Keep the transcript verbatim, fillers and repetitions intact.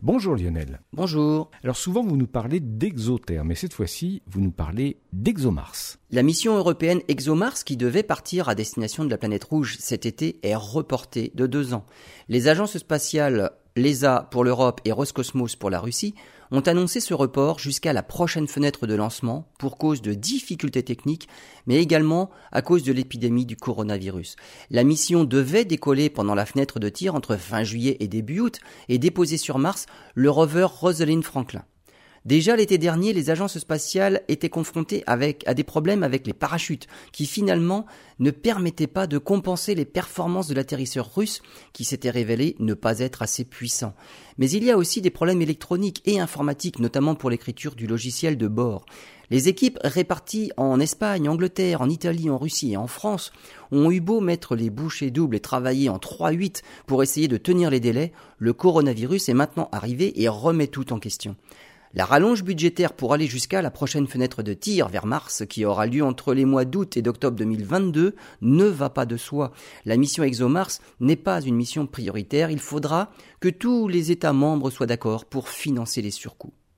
Bonjour Lionel. Bonjour. Alors souvent vous nous parlez d'ExoTerre, mais cette fois-ci vous nous parlez d'ExoMars. La mission européenne ExoMars, qui devait partir à destination de la planète rouge cet été, est reportée de deux ans. Les agences spatiales l'E S A pour l'Europe et Roscosmos pour la Russie ont annoncé ce report jusqu'à la prochaine fenêtre de lancement pour cause de difficultés techniques, mais également à cause de l'épidémie du coronavirus. La mission devait décoller pendant la fenêtre de tir entre fin juillet et début août et déposer sur Mars le rover Rosalind Franklin. Déjà l'été dernier, les agences spatiales étaient confrontées avec, à des problèmes avec les parachutes qui finalement ne permettaient pas de compenser les performances de l'atterrisseur russe qui s'était révélé ne pas être assez puissant. Mais il y a aussi des problèmes électroniques et informatiques, notamment pour l'écriture du logiciel de bord. Les équipes réparties en Espagne, Angleterre, en Italie, en Russie et en France ont eu beau mettre les bouchées doubles et travailler en trois huit pour essayer de tenir les délais, le coronavirus est maintenant arrivé et remet tout en question. La rallonge budgétaire pour aller jusqu'à la prochaine fenêtre de tir vers Mars, qui aura lieu entre les mois d'août et d'octobre deux mille vingt-deux, ne va pas de soi. La mission ExoMars n'est pas une mission prioritaire. Il faudra que tous les États membres soient d'accord pour financer les surcoûts.